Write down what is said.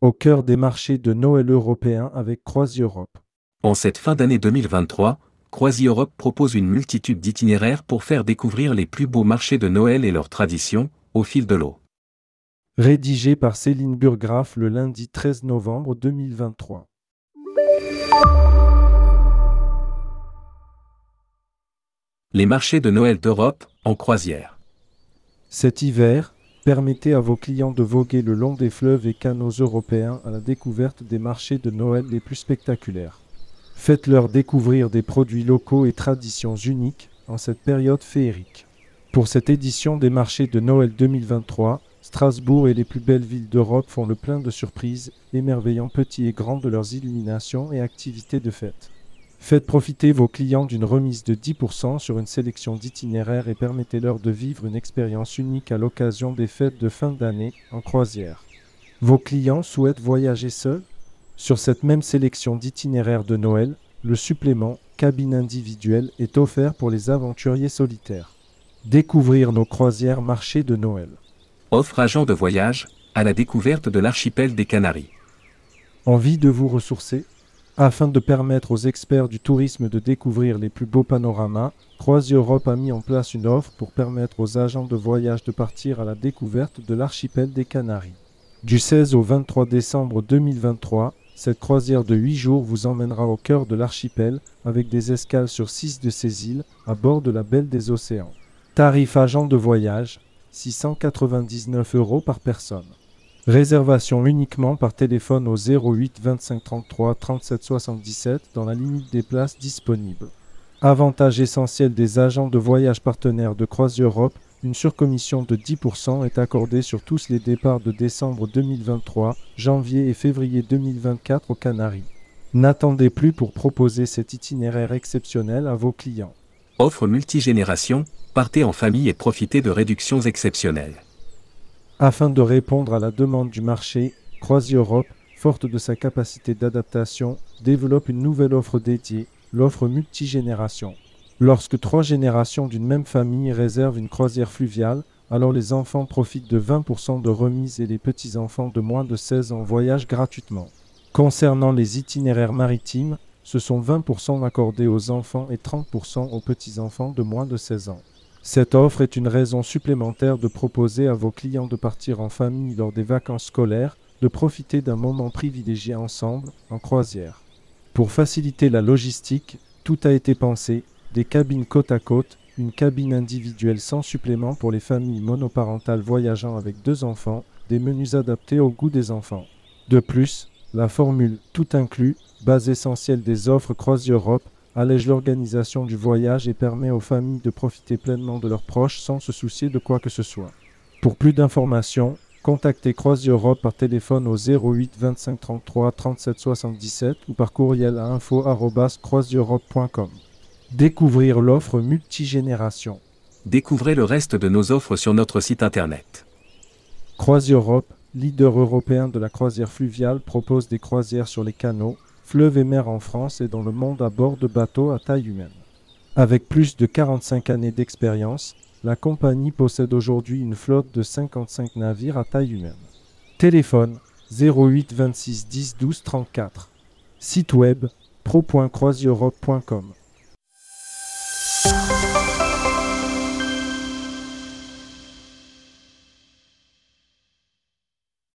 Au cœur des marchés de Noël européens avec CroisiEurope. En cette fin d'année 2023, CroisiEurope propose une multitude d'itinéraires pour faire découvrir les plus beaux marchés de Noël et leurs traditions, au fil de l'eau. Rédigé par Céline Burgraff le lundi 13 novembre 2023. Les marchés de Noël d'Europe, en croisière. Cet hiver, permettez à vos clients de voguer le long des fleuves et canaux européens à la découverte des marchés de Noël les plus spectaculaires. Faites-leur découvrir des produits locaux et traditions uniques en cette période féerique. Pour cette édition des marchés de Noël 2023, Strasbourg et les plus belles villes d'Europe font le plein de surprises, émerveillant petits et grands de leurs illuminations et activités de fête. Faites profiter vos clients d'une remise de 10% sur une sélection d'itinéraires et permettez-leur de vivre une expérience unique à l'occasion des fêtes de fin d'année en croisière. Vos clients souhaitent voyager seuls ? Sur cette même sélection d'itinéraires de Noël, le supplément cabine individuelle est offert pour les aventuriers solitaires. Découvrir nos croisières marchés de Noël. Offre agent de voyage, à la découverte de l'archipel des Canaries. Envie de vous ressourcer ? Afin de permettre aux experts du tourisme de découvrir les plus beaux panoramas, CroisiEurope a mis en place une offre pour permettre aux agents de voyage de partir à la découverte de l'archipel des Canaries. Du 16 au 23 décembre 2023, cette croisière de 8 jours vous emmènera au cœur de l'archipel avec des escales sur 6 de ces îles à bord de la Belle des Océans. Tarif agent de voyage, 699 € par personne. Réservation uniquement par téléphone au 08 25 33 37 77 dans la limite des places disponibles. Avantage essentiel des agents de voyage partenaires de CroisiEurope, une surcommission de 10% est accordée sur tous les départs de décembre 2023, janvier et février 2024 aux Canaries. N'attendez plus pour proposer cet itinéraire exceptionnel à vos clients. Offre multigénération, partez en famille et profitez de réductions exceptionnelles. Afin de répondre à la demande du marché, CroisiEurope, forte de sa capacité d'adaptation, développe une nouvelle offre dédiée, l'offre multigénération. Lorsque 3 générations d'une même famille réservent une croisière fluviale, alors les enfants profitent de 20% de remise et les petits-enfants de moins de 16 ans voyagent gratuitement. Concernant les itinéraires maritimes, ce sont 20% accordés aux enfants et 30% aux petits-enfants de moins de 16 ans. Cette offre est une raison supplémentaire de proposer à vos clients de partir en famille lors des vacances scolaires, de profiter d'un moment privilégié ensemble en croisière. Pour faciliter la logistique, tout a été pensé, des cabines côte à côte, une cabine individuelle sans supplément pour les familles monoparentales voyageant avec 2 enfants, des menus adaptés au goût des enfants. De plus, la formule tout inclus, base essentielle des offres CroisiEurope, allège l'organisation du voyage et permet aux familles de profiter pleinement de leurs proches sans se soucier de quoi que ce soit. Pour plus d'informations, contactez CroisiEurope par téléphone au 08 25 33 37 77 ou par courriel à info@croisieurope.com. Découvrir l'offre multigénération. Découvrez le reste de nos offres sur notre site internet. CroisiEurope, leader européen de la croisière fluviale, propose des croisières sur les canaux, fleuves et mers en France et dans le monde à bord de bateaux à taille humaine. Avec plus de 45 années d'expérience, la compagnie possède aujourd'hui une flotte de 55 navires à taille humaine. Téléphone 08 26 10 12 34. Site web pro.croisieurope.com.